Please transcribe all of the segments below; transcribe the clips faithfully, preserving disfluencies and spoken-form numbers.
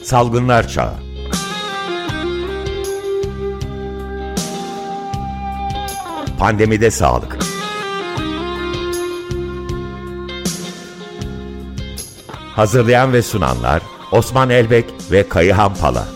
Salgınlar Çağı. Pandemide sağlık. Hazırlayan ve sunanlar Osman Elbek ve Kayıhan Pala.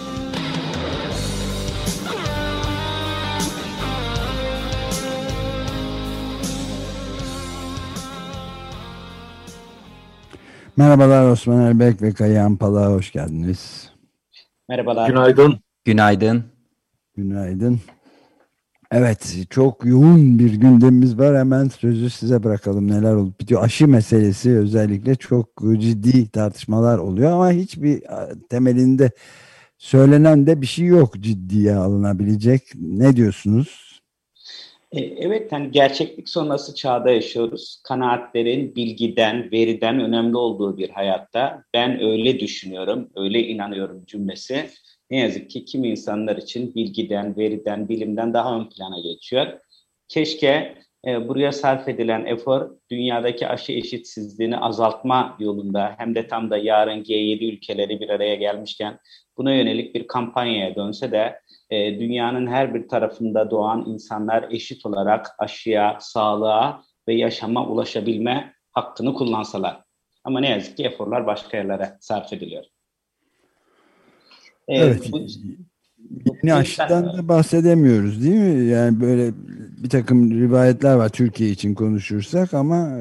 Merhabalar, Osman Elbek ve Kayıhan Pala, hoş geldiniz. Merhabalar. Günaydın. Günaydın. Günaydın. Evet, çok yoğun bir gündemimiz var. Hemen sözü size bırakalım. Neler olup bitiyor? Aşı meselesi özellikle çok ciddi tartışmalar oluyor ama hiçbir temelinde söylenen de bir şey yok ciddiye alınabilecek. Ne diyorsunuz? Evet, hani gerçeklik sonrası çağda yaşıyoruz. Kanaatlerin bilgiden, veriden önemli olduğu bir hayatta. Ben öyle düşünüyorum, öyle inanıyorum cümlesi. Ne yazık ki kimi insanlar için bilgiden, veriden, bilimden daha ön plana geçiyor. Keşke e, buraya sarf edilen efor dünyadaki aşı eşitsizliğini azaltma yolunda hem de tam da yarın G yedi ülkeleri bir araya gelmişken buna yönelik bir kampanyaya dönse de e, dünyanın her bir tarafında doğan insanlar eşit olarak aşıya, sağlığa ve yaşama ulaşabilme hakkını kullansalar. Ama ne yazık ki eforlar başka yerlere sarf ediliyor. Evet, bu, yeni aşıdan da bahsedemiyoruz değil mi? Yani böyle bir takım rivayetler var Türkiye için konuşursak ama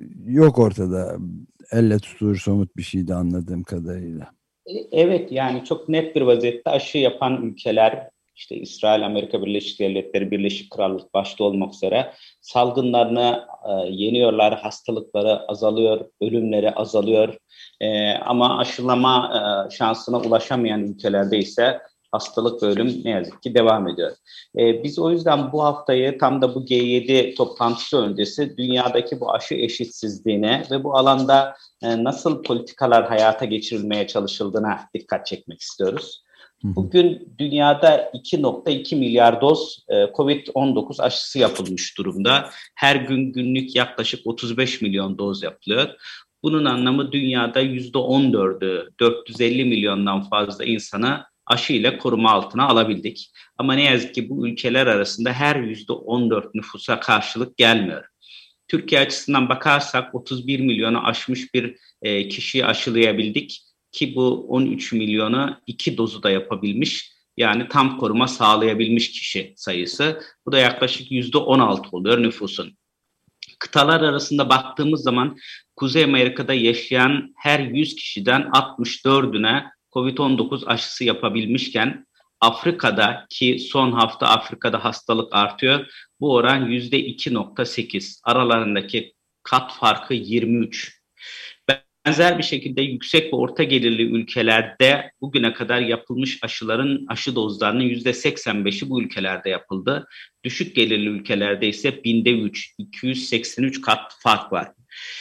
yok ortada elle tutulur somut bir şey de anladığım kadarıyla. Evet, yani çok net bir vaziyette aşı yapan ülkeler, işte İsrail, Amerika Birleşik Devletleri, Birleşik Krallık başta olmak üzere salgınlarını e, yeniyorlar, hastalıkları azalıyor, ölümleri azalıyor. E, ama aşılama e, şansına ulaşamayan ülkelerde ise hastalık ve ölüm ne yazık ki devam ediyor. E, biz o yüzden bu haftayı tam da bu G yedi toplantısı öncesi dünyadaki bu aşı eşitsizliğine ve bu alanda e, nasıl politikalar hayata geçirilmeye çalışıldığına dikkat çekmek istiyoruz. Bugün dünyada iki virgül iki milyar doz e, kovid on dokuz aşısı yapılmış durumda. Her gün günlük yaklaşık otuz beş milyon doz yapılıyor. Bunun anlamı dünyada yüzde on dördü, dört yüz elli milyondan fazla insana aşı ile koruma altına alabildik. Ama ne yazık ki bu ülkeler arasında her yüzde on dört nüfusa karşılık gelmiyor. Türkiye açısından bakarsak otuz bir milyonu aşmış bir e, kişiyi aşılayabildik. Ki bu on üç milyonu iki dozu da yapabilmiş, yani tam koruma sağlayabilmiş kişi sayısı. Bu da yaklaşık yüzde on altı oluyor nüfusun. Kıtalar arasında baktığımız zaman Kuzey Amerika'da yaşayan her yüz kişiden altmış dördüne kovid on dokuz aşısı yapabilmişken Afrika'da, ki son hafta Afrika'da hastalık artıyor, bu oran yüzde iki virgül sekiz. Aralarındaki kat farkı yirmi üç. Benzer bir şekilde yüksek ve orta gelirli ülkelerde bugüne kadar yapılmış aşıların aşı dozlarının yüzde seksen beşi bu ülkelerde yapıldı. Düşük gelirli ülkelerde ise binde üç, iki yüz seksen üç kat fark var.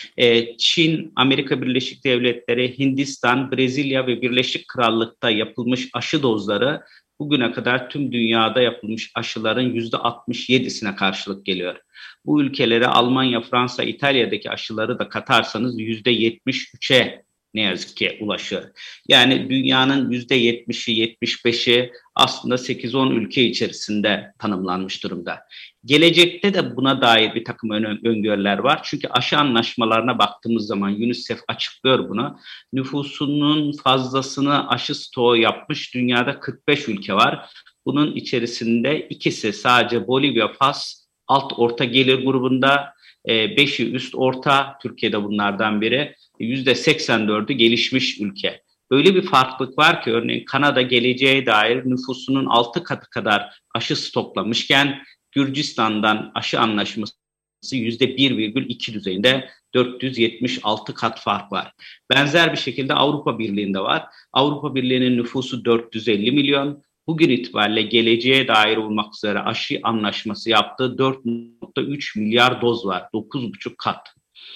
Ee, Çin, Amerika Birleşik Devletleri, Hindistan, Brezilya ve Birleşik Krallık'ta yapılmış aşı dozları bugüne kadar tüm dünyada yapılmış aşıların yüzde altmış yedisine karşılık geliyor. Bu ülkelere Almanya, Fransa, İtalya'daki aşıları da katarsanız yüzde yetmiş üçe ne yazık ki ulaşıyor. Yani dünyanın yüzde yetmişi, yetmiş beşi aslında sekiz on ülke içerisinde tanımlanmış durumda. Gelecekte de buna dair bir takım öngörüler var. Çünkü aşı anlaşmalarına baktığımız zaman UNICEF açıklıyor bunu. Nüfusunun fazlasını aşı stoğu yapmış dünyada kırk beş ülke var. Bunun içerisinde ikisi sadece Bolivya, Fas, alt orta gelir grubunda, beşi üst orta, Türkiye'de bunlardan biri, yüzde seksen dördü gelişmiş ülke. Öyle bir farklılık var ki örneğin Kanada geleceğe dair nüfusunun altı katı kadar aşı stoklamışken Gürcistan'dan aşı anlaşması yüzde bir virgül iki düzeyinde, dört yüz yetmiş altı kat fark var. Benzer bir şekilde Avrupa Birliği'nde var. Avrupa Birliği'nin nüfusu dört yüz elli milyon. Bugün itibariyle geleceğe dair olmak üzere aşı anlaşması yaptığı dört virgül üç milyar doz var. dokuz buçuk kat.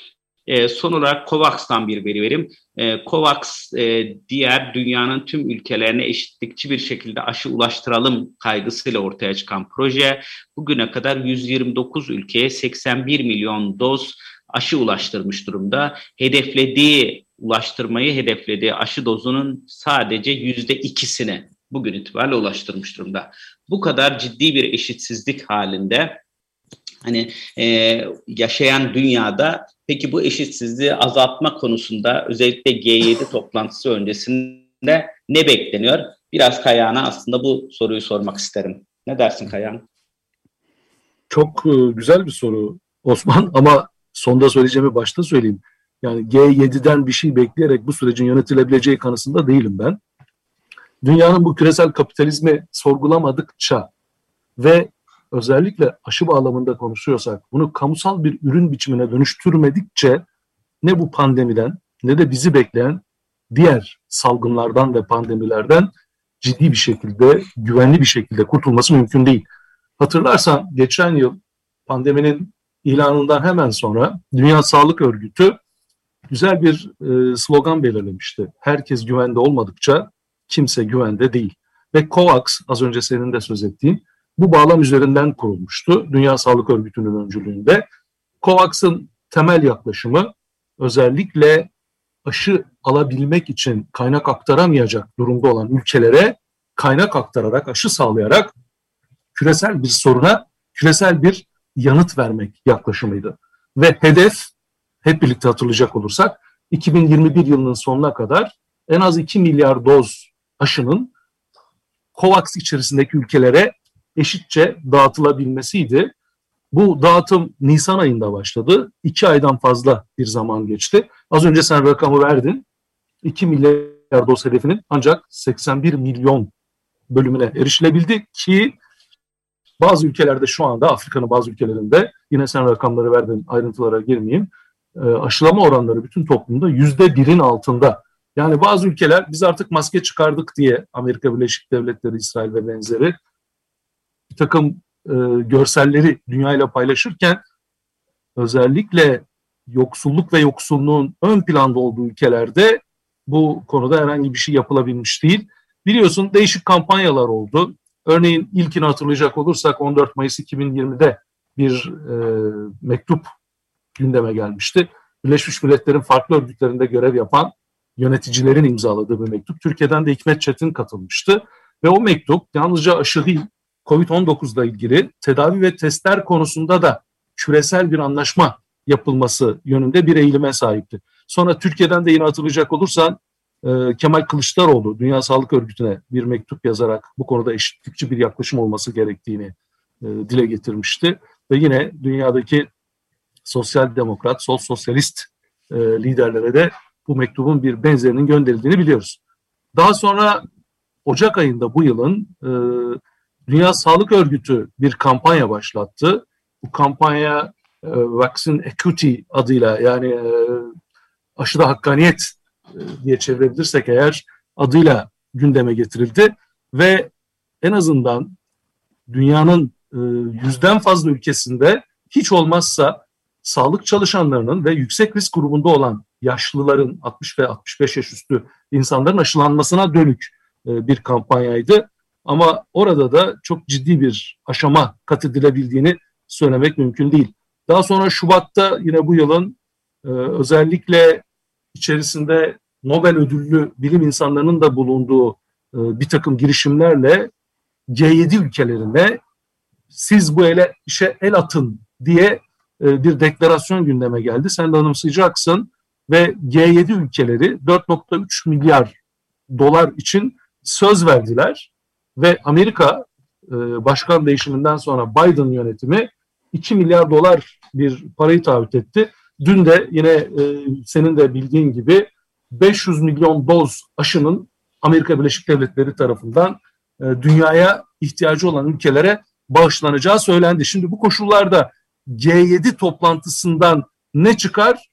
E, son olarak COVAX'tan bir veri vereyim. E, COVAX e, diğer dünyanın tüm ülkelerine eşitlikçi bir şekilde aşı ulaştıralım kaygısıyla ortaya çıkan proje. Bugüne kadar yüz yirmi dokuz ülkeye seksen bir milyon doz aşı ulaştırmış durumda. Hedeflediği ulaştırmayı hedeflediği aşı dozunun sadece yüzde ikisini bugün itibariyle ulaştırmış durumda. Bu kadar ciddi bir eşitsizlik halinde hani e, yaşayan dünyada peki bu eşitsizliği azaltma konusunda özellikle G yedi toplantısı öncesinde ne bekleniyor? Biraz Kayağan'a aslında bu soruyu sormak isterim. Ne dersin Kayağan? Çok e, güzel bir soru Osman, ama sonda söyleyeceğimi başta söyleyeyim. Yani G yedi'den bir şey bekleyerek bu sürecin yönetilebileceği kanısında değilim ben. Dünyanın bu küresel kapitalizmi sorgulamadıkça ve özellikle aşı bağlamında konuşuyorsak bunu kamusal bir ürün biçimine dönüştürmedikçe ne bu pandemiden ne de bizi bekleyen diğer salgınlardan ve pandemilerden ciddi bir şekilde, güvenli bir şekilde kurtulması mümkün değil. Hatırlarsan geçen yıl pandeminin ilanından hemen sonra Dünya Sağlık Örgütü güzel bir e, slogan belirlemişti. Herkes güvende olmadıkça kimse güvende değil. Ve COVAX, az önce senin de söz ettiğin, bu bağlam üzerinden kurulmuştu. Dünya Sağlık Örgütü'nün öncülüğünde. COVAX'ın temel yaklaşımı özellikle aşı alabilmek için kaynak aktaramayacak durumda olan ülkelere kaynak aktararak, aşı sağlayarak küresel bir soruna küresel bir yanıt vermek yaklaşımıydı. Ve hedef, hep birlikte hatırlayacak olursak, iki bin yirmi bir yılının sonuna kadar en az iki milyar doz aşının COVAX içerisindeki ülkelere eşitçe dağıtılabilmesiydi. Bu dağıtım Nisan ayında başladı. İki aydan fazla bir zaman geçti. Az önce sen rakamı verdin. iki milyar doz hedefinin ancak seksen bir milyon bölümüne erişilebildi ki bazı ülkelerde şu anda, Afrika'nın bazı ülkelerinde, yine sen rakamları verdin, ayrıntılara girmeyeyim, aşılama oranları bütün toplumda yüzde birin altında. Yani bazı ülkeler biz artık maske çıkardık diye, Amerika Birleşik Devletleri, İsrail ve benzeri, bir takım e, görselleri dünyayla paylaşırken özellikle yoksulluk ve yoksulluğun ön planda olduğu ülkelerde bu konuda herhangi bir şey yapılabilmiş değil. Biliyorsun değişik kampanyalar oldu. Örneğin ilkini hatırlayacak olursak on dört Mayıs iki bin yirmide bir e, mektup gündeme gelmişti. Birleşmiş Milletler'in farklı örgütlerinde görev yapan yöneticilerin imzaladığı bir mektup. Türkiye'den de Hikmet Çetin katılmıştı. Ve o mektup yalnızca aşı değil, kovid on dokuzla ilgili tedavi ve testler konusunda da küresel bir anlaşma yapılması yönünde bir eğilime sahipti. Sonra Türkiye'den de yine hatırlayacak olursan e, Kemal Kılıçdaroğlu Dünya Sağlık Örgütü'ne bir mektup yazarak bu konuda eşitlikçi bir yaklaşım olması gerektiğini e, dile getirmişti. Ve yine dünyadaki sosyal demokrat, sol sosyalist e, liderlere de bu mektubun bir benzerinin gönderildiğini biliyoruz. Daha sonra Ocak ayında bu yılın e, Dünya Sağlık Örgütü bir kampanya başlattı. Bu kampanya e, Vaccine Equity adıyla, yani e, aşıda hakkaniyet e, diye çevirebilirsek eğer, adıyla gündeme getirildi. Ve en azından dünyanın e, yüzden fazla ülkesinde hiç olmazsa sağlık çalışanlarının ve yüksek risk grubunda olan yaşlıların, altmış ve altmış beş yaş üstü insanların aşılanmasına dönük e, bir kampanyaydı. Ama orada da çok ciddi bir aşama kat edilebildiğini söylemek mümkün değil. Daha sonra Şubat'ta yine bu yılın e, özellikle içerisinde Nobel ödüllü bilim insanlarının da bulunduğu e, bir takım girişimlerle G yedi ülkelerine siz bu ele, işe el atın diye e, bir deklarasyon gündeme geldi. Sen de anımsayacaksın ve G yedi ülkeleri dört nokta üç milyar dolar için söz verdiler. Ve Amerika e, başkan değişiminden sonra Biden yönetimi iki milyar dolar bir parayı taahhüt etti. Dün de yine e, senin de bildiğin gibi beş yüz milyon doz aşının Amerika Birleşik Devletleri tarafından e, dünyaya ihtiyacı olan ülkelere bağışlanacağı söylendi. Şimdi bu koşullarda G yedi toplantısından ne çıkar?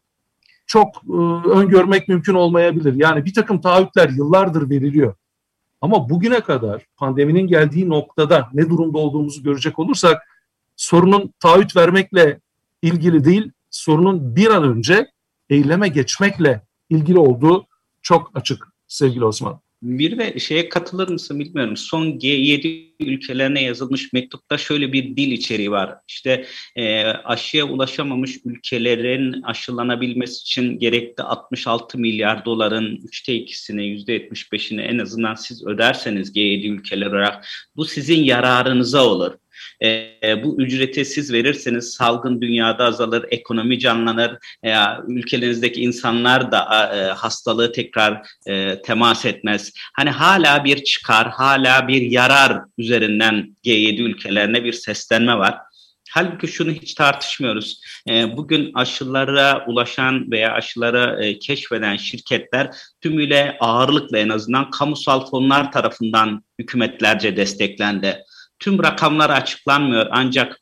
Çok e, öngörmek mümkün olmayabilir. Yani bir takım taahhütler yıllardır veriliyor. Ama bugüne kadar pandeminin geldiği noktada ne durumda olduğumuzu görecek olursak sorunun taahhüt vermekle ilgili değil, sorunun bir an önce eyleme geçmekle ilgili olduğu çok açık sevgili Osman. Bir de şeye katılır mısın bilmiyorum. Son G yedi ülkelerine yazılmış mektupta şöyle bir dil içeriği var. İşte e, aşıya ulaşamamış ülkelerin aşılanabilmesi için gerekli altmış altı milyar doların üçte ikisini, yüzde yetmiş beşini en azından siz öderseniz G yedi ülkeler olarak bu sizin yararınıza olur. E, bu ücreti siz verirseniz salgın dünyada azalır, ekonomi canlanır, e, ülkelerinizdeki insanlar da e, hastalığı tekrar e, temas etmez. Hani hala bir çıkar, hala bir yarar üzerinden G yedi ülkelerine bir seslenme var. Halbuki şunu hiç tartışmıyoruz. E, bugün aşılara ulaşan veya aşıları e, keşfeden şirketler tümüyle ağırlıkla en azından kamusal fonlar tarafından hükümetlerce desteklendi. Tüm rakamlar açıklanmıyor ancak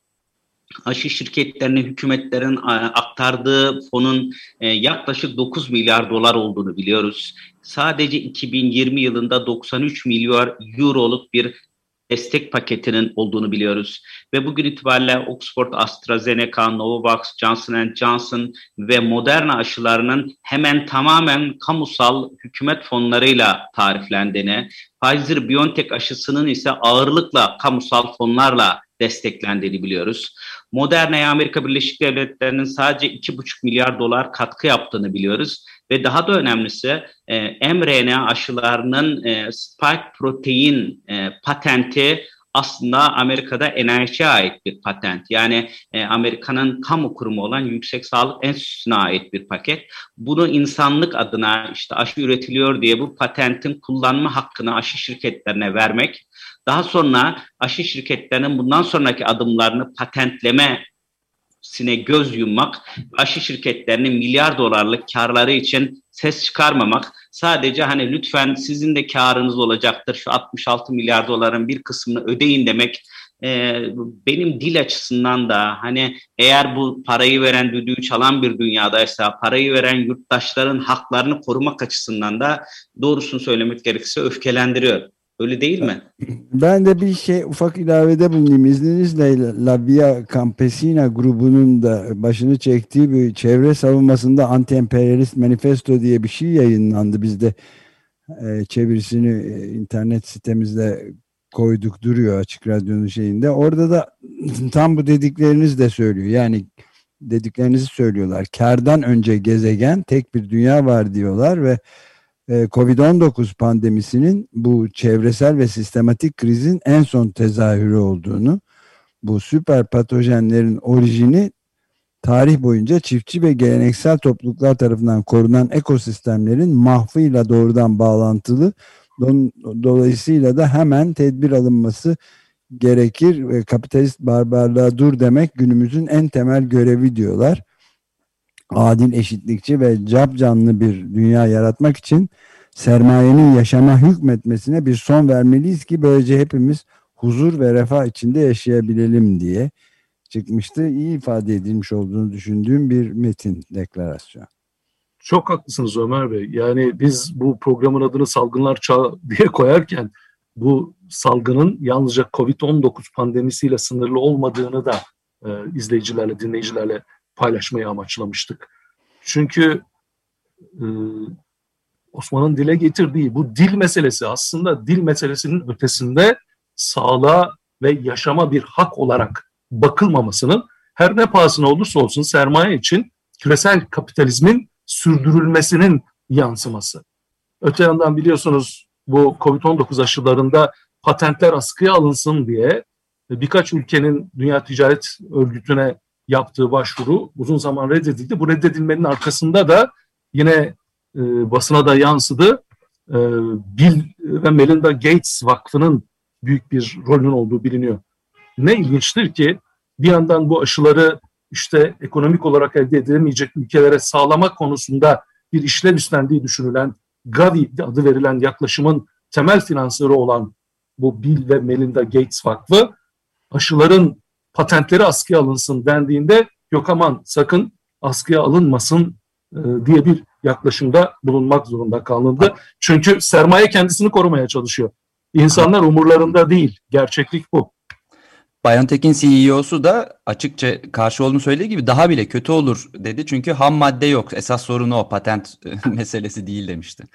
aşı şirketlerine hükümetlerin aktardığı fonun yaklaşık dokuz milyar dolar olduğunu biliyoruz. Sadece iki bin yirmi yılında doksan üç milyar euroluk bir destek paketinin olduğunu biliyoruz. Ve bugün itibariyle Oxford, AstraZeneca, Novavax, Johnson and Johnson ve Moderna aşılarının hemen tamamen kamusal hükümet fonlarıyla tariflendiğini, Pfizer-BioNTech aşısının ise ağırlıkla kamusal fonlarla desteklendiğini biliyoruz. Moderna'ya Amerika Birleşik Devletleri'nin sadece iki buçuk milyar dolar katkı yaptığını biliyoruz. Ve daha da önemlisi e, mRNA aşılarının e, spike protein e, patenti aslında Amerika'da N I H'e ait bir patent. Yani e, Amerika'nın kamu kurumu olan Yüksek Sağlık Enstitüsü'ne ait bir paket. Bunu insanlık adına işte aşı üretiliyor diye bu patentin kullanma hakkını aşı şirketlerine vermek, daha sonra aşı şirketlerinin bundan sonraki adımlarını patentleme sine göz yummak, aşı şirketlerinin milyar dolarlık karları için ses çıkarmamak, sadece hani lütfen sizin de karınız olacaktır, şu altmış altı milyar doların bir kısmını ödeyin demek, e, benim dil açısından da hani eğer bu parayı veren düdüğü çalan bir dünyadaysa, parayı veren yurttaşların haklarını korumak açısından da doğrusunu söylemek gerekirse öfkelendiriyor. Öyle değil mi? Ben de bir şey ufak ilavede bulunayım izninizle. La Via Campesina grubunun da başını çektiği bir çevre savunmasında anti-emperyalist manifesto diye bir şey yayınlandı. Biz de e, çevirisini e, internet sitemizde koyduk, duruyor Açık Radyo'nun şeyinde. Orada da tam bu dedikleriniz de söylüyor. Yani dediklerinizi söylüyorlar. Kârdan önce gezegen, tek bir dünya var diyorlar ve kovid on dokuz pandemisinin bu çevresel ve sistematik krizin en son tezahürü olduğunu, bu süper patojenlerin orijini tarih boyunca çiftçi ve geleneksel topluluklar tarafından korunan ekosistemlerin mahvıyla doğrudan bağlantılı, dolayısıyla da hemen tedbir alınması gerekir ve kapitalist barbarlığa dur demek günümüzün en temel görevi diyorlar. Adil, eşitlikçi ve capcanlı bir dünya yaratmak için sermayenin yaşama hükmetmesine bir son vermeliyiz ki böylece hepimiz huzur ve refah içinde yaşayabilelim diye çıkmıştı. İyi ifade edilmiş olduğunu düşündüğüm bir metin, deklarasyon. Çok haklısınız Ömer Bey. Yani biz bu programın adını Salgınlar Çağı diye koyarken bu salgının yalnızca kovid on dokuz pandemisiyle sınırlı olmadığını da e, izleyicilerle, dinleyicilerle paylaşmayı amaçlamıştık. Çünkü e, Osman'ın dile getirdiği bu dil meselesi aslında dil meselesinin ötesinde sağlığa ve yaşama bir hak olarak bakılmamasının her ne pahasına olursa olsun sermaye için küresel kapitalizmin sürdürülmesinin yansıması. Öte yandan biliyorsunuz bu kovid on dokuz aşılarında patentler askıya alınsın diye birkaç ülkenin Dünya Ticaret Örgütü'ne yaptığı başvuru uzun zaman reddedildi. Bu reddedilmenin arkasında da yine e, basına da yansıdı. E, Bill ve Melinda Gates Vakfı'nın büyük bir rolünün olduğu biliniyor. Ne ilginçtir ki bir yandan bu aşıları işte ekonomik olarak elde edilemeyecek ülkelere sağlamak konusunda bir işlev üstlendiği düşünülen Gavi adı verilen yaklaşımın temel finansörü olan bu Bill ve Melinda Gates Vakfı aşıların patentleri askıya alınsın dendiğinde yok aman sakın askıya alınmasın e, diye bir yaklaşımda bulunmak zorunda kalındı. Çünkü sermaye kendisini korumaya çalışıyor. İnsanlar umurlarında değil. Gerçeklik bu. BioNTech'in C E O'su da açıkça karşı olduğunu söylediği gibi daha bile kötü olur dedi. Çünkü ham madde yok. Esas sorunu o, patent meselesi değil demişti.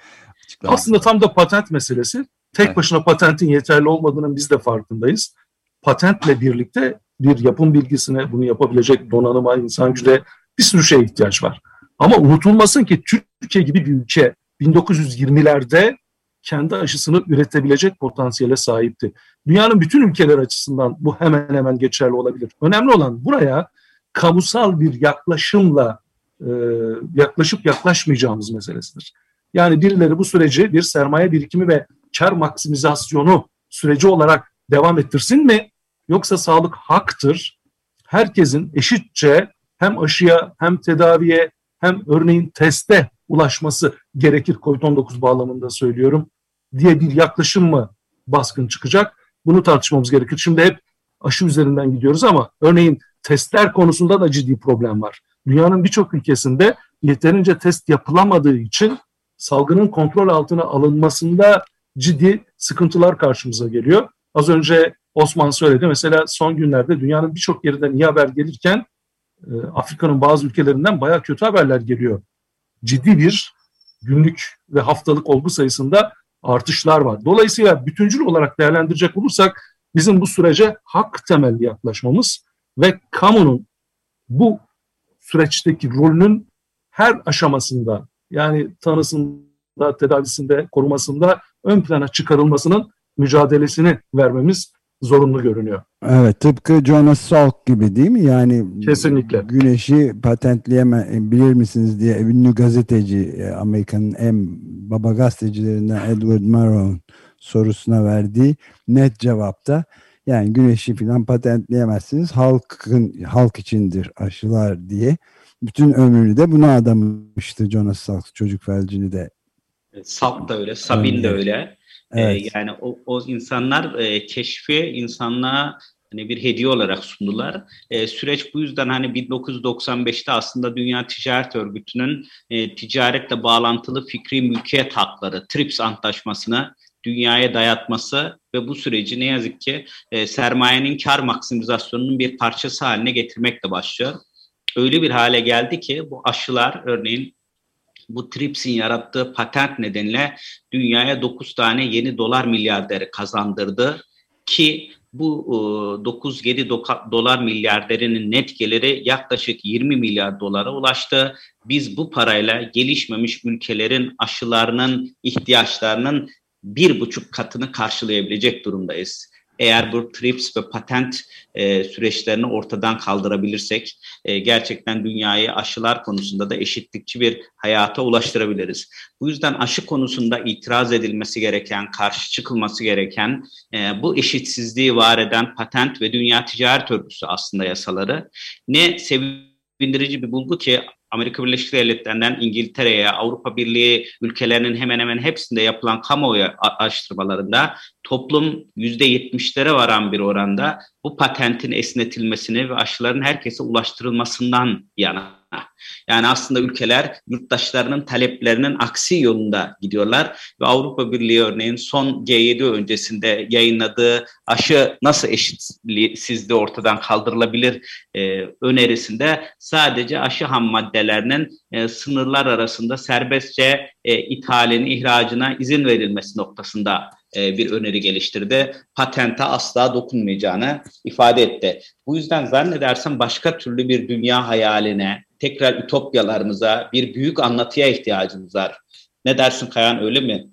Açıklamaz. Aslında tam da patent meselesi. Tek Evet. başına patentin yeterli olmadığının biz de farkındayız. Patentle birlikte bir yapım bilgisine, bunu yapabilecek donanıma, insan gücüne, bir sürü şeye ihtiyaç var. Ama unutulmasın ki Türkiye gibi bir ülke bin dokuz yüz yirmilerde kendi aşısını üretebilecek potansiyele sahipti. Dünyanın bütün ülkeler açısından bu hemen hemen geçerli olabilir. Önemli olan buraya kamusal bir yaklaşımla e, yaklaşıp yaklaşmayacağımız meselesidir. Yani birileri bu süreci bir sermaye birikimi ve kar maksimizasyonu süreci olarak devam ettirsin mi? Yoksa sağlık haktır. Herkesin eşitçe hem aşıya hem tedaviye hem örneğin teste ulaşması gerekir, kovid on dokuz bağlamında söylüyorum, diye bir yaklaşım mı baskın çıkacak? Bunu tartışmamız gerekir. Şimdi hep aşı üzerinden gidiyoruz ama örneğin testler konusunda da ciddi problem var. Dünyanın birçok ülkesinde yeterince test yapılamadığı için salgının kontrol altına alınmasında ciddi sıkıntılar karşımıza geliyor. Az önce Osman söyledi. Mesela son günlerde dünyanın birçok yerinden iyi haber gelirken e, Afrika'nın bazı ülkelerinden bayağı kötü haberler geliyor. Ciddi bir günlük ve haftalık olgu sayısında artışlar var. Dolayısıyla bütüncül olarak değerlendirecek olursak bizim bu sürece hak temelli yaklaşmamız ve kamunun bu süreçteki rolünün her aşamasında, yani tanısında, tedavisinde, korumasında ön plana çıkarılmasının mücadelesini vermemiz zorunlu görünüyor. Evet, tıpkı Jonas Salk gibi değil mi? Yani Kesinlikle. güneşi patentleyeme bilir misiniz diye ünlü gazeteci, Amerika'nın en baba gazetecilerinden Edward Murrow'un sorusuna verdiği net cevapta, yani güneşi falan patentleyemezsiniz, halkın halk içindir aşılar diye. Bütün ömrünü de buna adamıştı Jonas Salk, çocuk felcini de. Salk da öyle, Sabin de öyle. Evet. Ee, yani o, o insanlar e, keşfi insanlığa hani bir hediye olarak sundular. E, süreç bu yüzden hani bin dokuz yüz doksan beşte aslında Dünya Ticaret Örgütü'nün e, ticaretle bağlantılı fikri mülkiyet hakları, TRIPS Antlaşması'nı dünyaya dayatması ve bu süreci ne yazık ki e, sermayenin kar maksimizasyonunun bir parçası haline getirmekle başlıyor. Öyle bir hale geldi ki bu aşılar, örneğin bu TRIPS'in yarattığı patent nedeniyle dünyaya dokuz tane yeni dolar milyarderi kazandırdı ki bu dokuz yedi dolar milyarderinin net geliri yaklaşık yirmi milyar dolara ulaştı. Biz bu parayla gelişmemiş ülkelerin aşılarının ihtiyaçlarının bir buçuk katını karşılayabilecek durumdayız. Eğer bu TRIPS ve patent e, süreçlerini ortadan kaldırabilirsek e, gerçekten dünyayı aşılar konusunda da eşitlikçi bir hayata ulaştırabiliriz. Bu yüzden aşı konusunda itiraz edilmesi gereken, karşı çıkılması gereken e, bu eşitsizliği var eden patent ve Dünya Ticaret Örgütü aslında yasaları. Ne sevindirici bir bulgu ki Amerika Birleşik Devletleri'nden İngiltere'ye, Avrupa Birliği ülkelerinin hemen hemen hepsinde yapılan kamuoyu araştırmalarında toplum yüzde yetmişlere varan bir oranda bu patentin esnetilmesini ve aşıların herkese ulaştırılmasından yana. Yani aslında ülkeler yurttaşlarının taleplerinin aksi yolunda gidiyorlar ve Avrupa Birliği örneğin son G yedi öncesinde yayınladığı aşı nasıl eşitsizliği ortadan kaldırılabilir e, önerisinde sadece aşı ham maddelerinin e, sınırlar arasında serbestçe e, ithalini, ihracına izin verilmesi noktasında e, bir öneri geliştirdi. Patente asla dokunmayacağını ifade etti. Bu yüzden zannedersem başka türlü bir dünya hayaline, tekrar ütopyalarımıza, bir büyük anlatıya ihtiyacımız var. Ne dersin Kayan, öyle mi?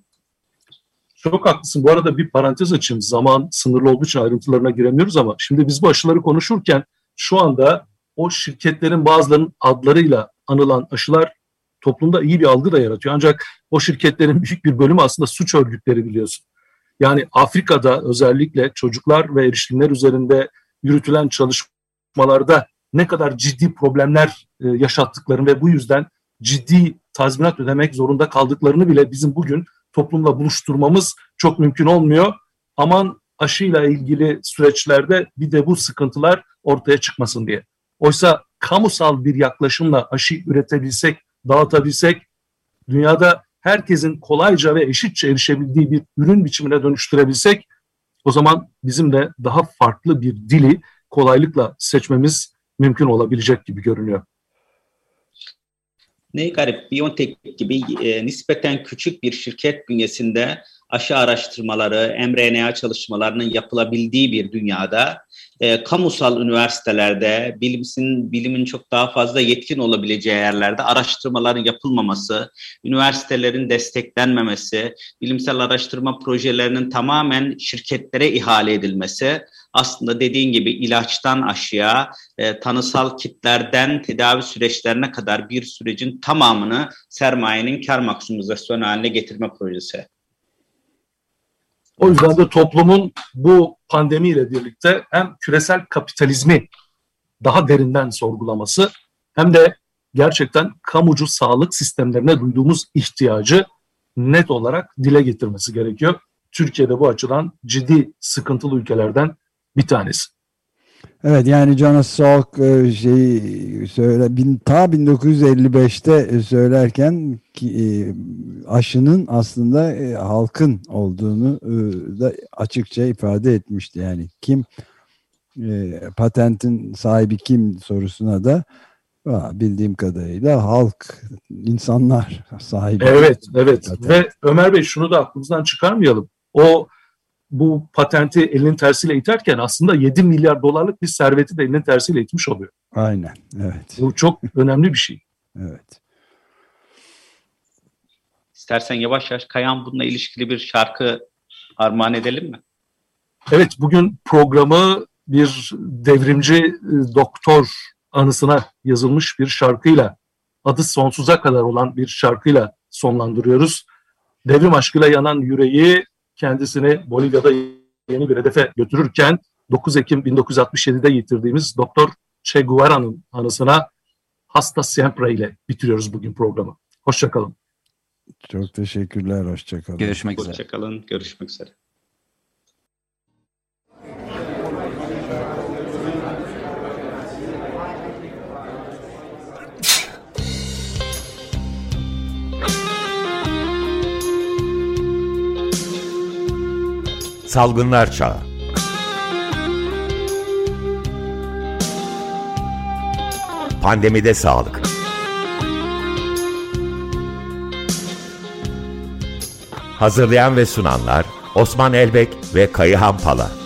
Çok haklısın. Bu arada bir parantez açayım. Zaman sınırlı olduğu için ayrıntılarına giremiyoruz ama şimdi biz bu aşıları konuşurken şu anda o şirketlerin bazılarının adlarıyla anılan aşılar toplumda iyi bir algı da yaratıyor. Ancak o şirketlerin büyük bir bölümü aslında suç örgütleri, biliyorsun. Yani Afrika'da özellikle çocuklar ve erişkinler üzerinde yürütülen çalışmalarda ne kadar ciddi problemler yaşattıklarını ve bu yüzden ciddi tazminat ödemek zorunda kaldıklarını bile bizim bugün toplumla buluşturmamız çok mümkün olmuyor. Aman aşıyla ilgili süreçlerde bir de bu sıkıntılar ortaya çıkmasın diye. Oysa kamusal bir yaklaşımla aşı üretebilsek, dağıtabilsek, dünyada herkesin kolayca ve eşitçe erişebildiği bir ürün biçimine dönüştürebilsek, o zaman bizim de daha farklı bir dili kolaylıkla seçmemiz mümkün olabilecek gibi görünüyor. Ne garip, BioNTech gibi e, nispeten küçük bir şirket bünyesinde aşı araştırmaları, mRNA çalışmalarının yapılabildiği bir dünyada e, kamusal üniversitelerde bilimsin, bilimin çok daha fazla yetkin olabileceği yerlerde araştırmaların yapılmaması, üniversitelerin desteklenmemesi, bilimsel araştırma projelerinin tamamen şirketlere ihale edilmesi, aslında dediğin gibi ilaçtan aşıya, e, tanısal kitlerden tedavi süreçlerine kadar bir sürecin tamamını sermayenin kar maksimizasyonu haline getirme projesi. O yüzden de toplumun bu pandemiyle birlikte hem küresel kapitalizmi daha derinden sorgulaması hem de gerçekten kamucu sağlık sistemlerine duyduğumuz ihtiyacı net olarak dile getirmesi gerekiyor. Türkiye'de bu açıdan ciddi sıkıntılı ülkelerden bir tanesi. Evet, yani Jonas Salk şey söyle bin, ta bin dokuz yüz elli beşte söylerken ki, aşının aslında e, halkın olduğunu e, da açıkça ifade etmişti. Yani kim e, patentin sahibi kim sorusuna da bildiğim kadarıyla halk, insanlar sahibi. Evet, evet. Patent. Ve Ömer Bey, şunu da aklımızdan çıkarmayalım. O bu patenti elinin tersiyle iterken aslında yedi milyar dolarlık bir serveti de elinin tersiyle itmiş oluyor. Aynen, evet. Bu çok önemli bir şey. Evet. İstersen yavaş yavaş Kayan bununla ilişkili bir şarkı armağan edelim mi? Evet, bugün programı bir devrimci doktor anısına yazılmış bir şarkıyla, adı sonsuza kadar olan bir şarkıyla sonlandırıyoruz. Devrim aşkıyla yanan yüreği kendisini Bolivya'da yeni bir hedefe götürürken dokuz Ekim bin dokuz yüz altmış yedide yitirdiğimiz Doktor Che Guevara'nın anısına Hasta Siempre ile bitiriyoruz bugün programı. Hoşçakalın. Çok teşekkürler, hoşçakalın. Görüşmek üzere. Hoşçakalın, görüşmek üzere. Salgınlar Çağı. Pandemide sağlık. Hazırlayan ve sunanlar Osman Elbek ve Kayıhan Pala.